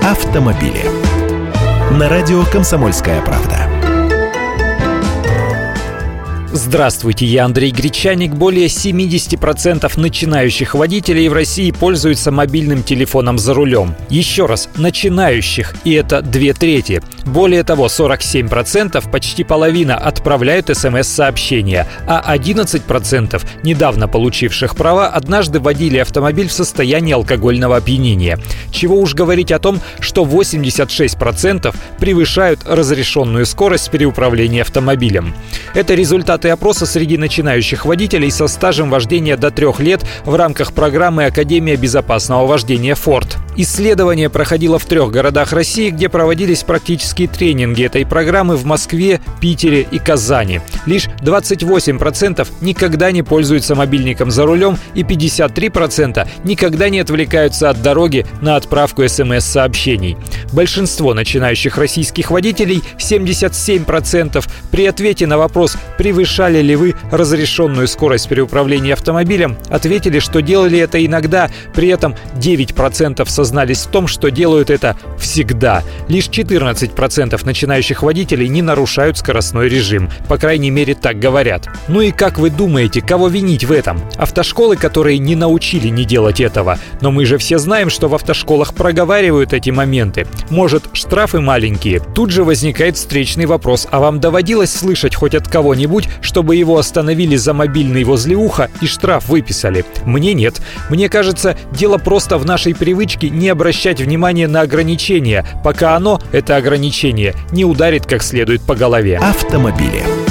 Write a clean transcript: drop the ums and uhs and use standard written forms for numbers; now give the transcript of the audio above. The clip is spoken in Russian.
автомобили. На радио «Комсомольская правда». Здравствуйте, я Андрей Гречаник. Более 70% начинающих водителей в России пользуются мобильным телефоном за рулем. Еще раз, начинающих, и это 2/3. Более того, 47%, почти половина, отправляют СМС-сообщения, а 11%, недавно получивших права, однажды водили автомобиль в состоянии алкогольного опьянения. Чего уж говорить о том, что 86% превышают разрешенную скорость при управлении автомобилем. Это результаты опроса среди начинающих водителей со стажем вождения до 3 лет в рамках программы «Академия безопасного вождения Ford». Исследование проходило в 3 городах России, где проводились практические тренинги этой программы в Москве, Питере и Казани. Лишь 28% никогда не пользуются мобильником за рулем и 53% никогда не отвлекаются от дороги на отправку СМС-сообщений. Большинство начинающих российских водителей, 77%, при ответе на вопрос «Превышали ли вы разрешенную скорость при управлении автомобилем?», ответили, что делали это иногда, при этом 9% сознались в том, что делают это всегда. Лишь 14% начинающих водителей не нарушают скоростной режим. По крайней мере, так говорят. Ну и как вы думаете, кого винить в этом? Автошколы, которые не научили не делать этого. Но мы же все знаем, что в автошколах проговаривают эти моменты. Может, штрафы маленькие? Тут же возникает встречный вопрос: а вам доводилось слышать хоть от кого-нибудь, чтобы его остановили за мобильный возле уха и штраф выписали? Мне нет. Мне кажется, дело просто в нашей привычке не обращать внимания на ограничения, пока это ограничение, не ударит как следует по голове. Автомобили.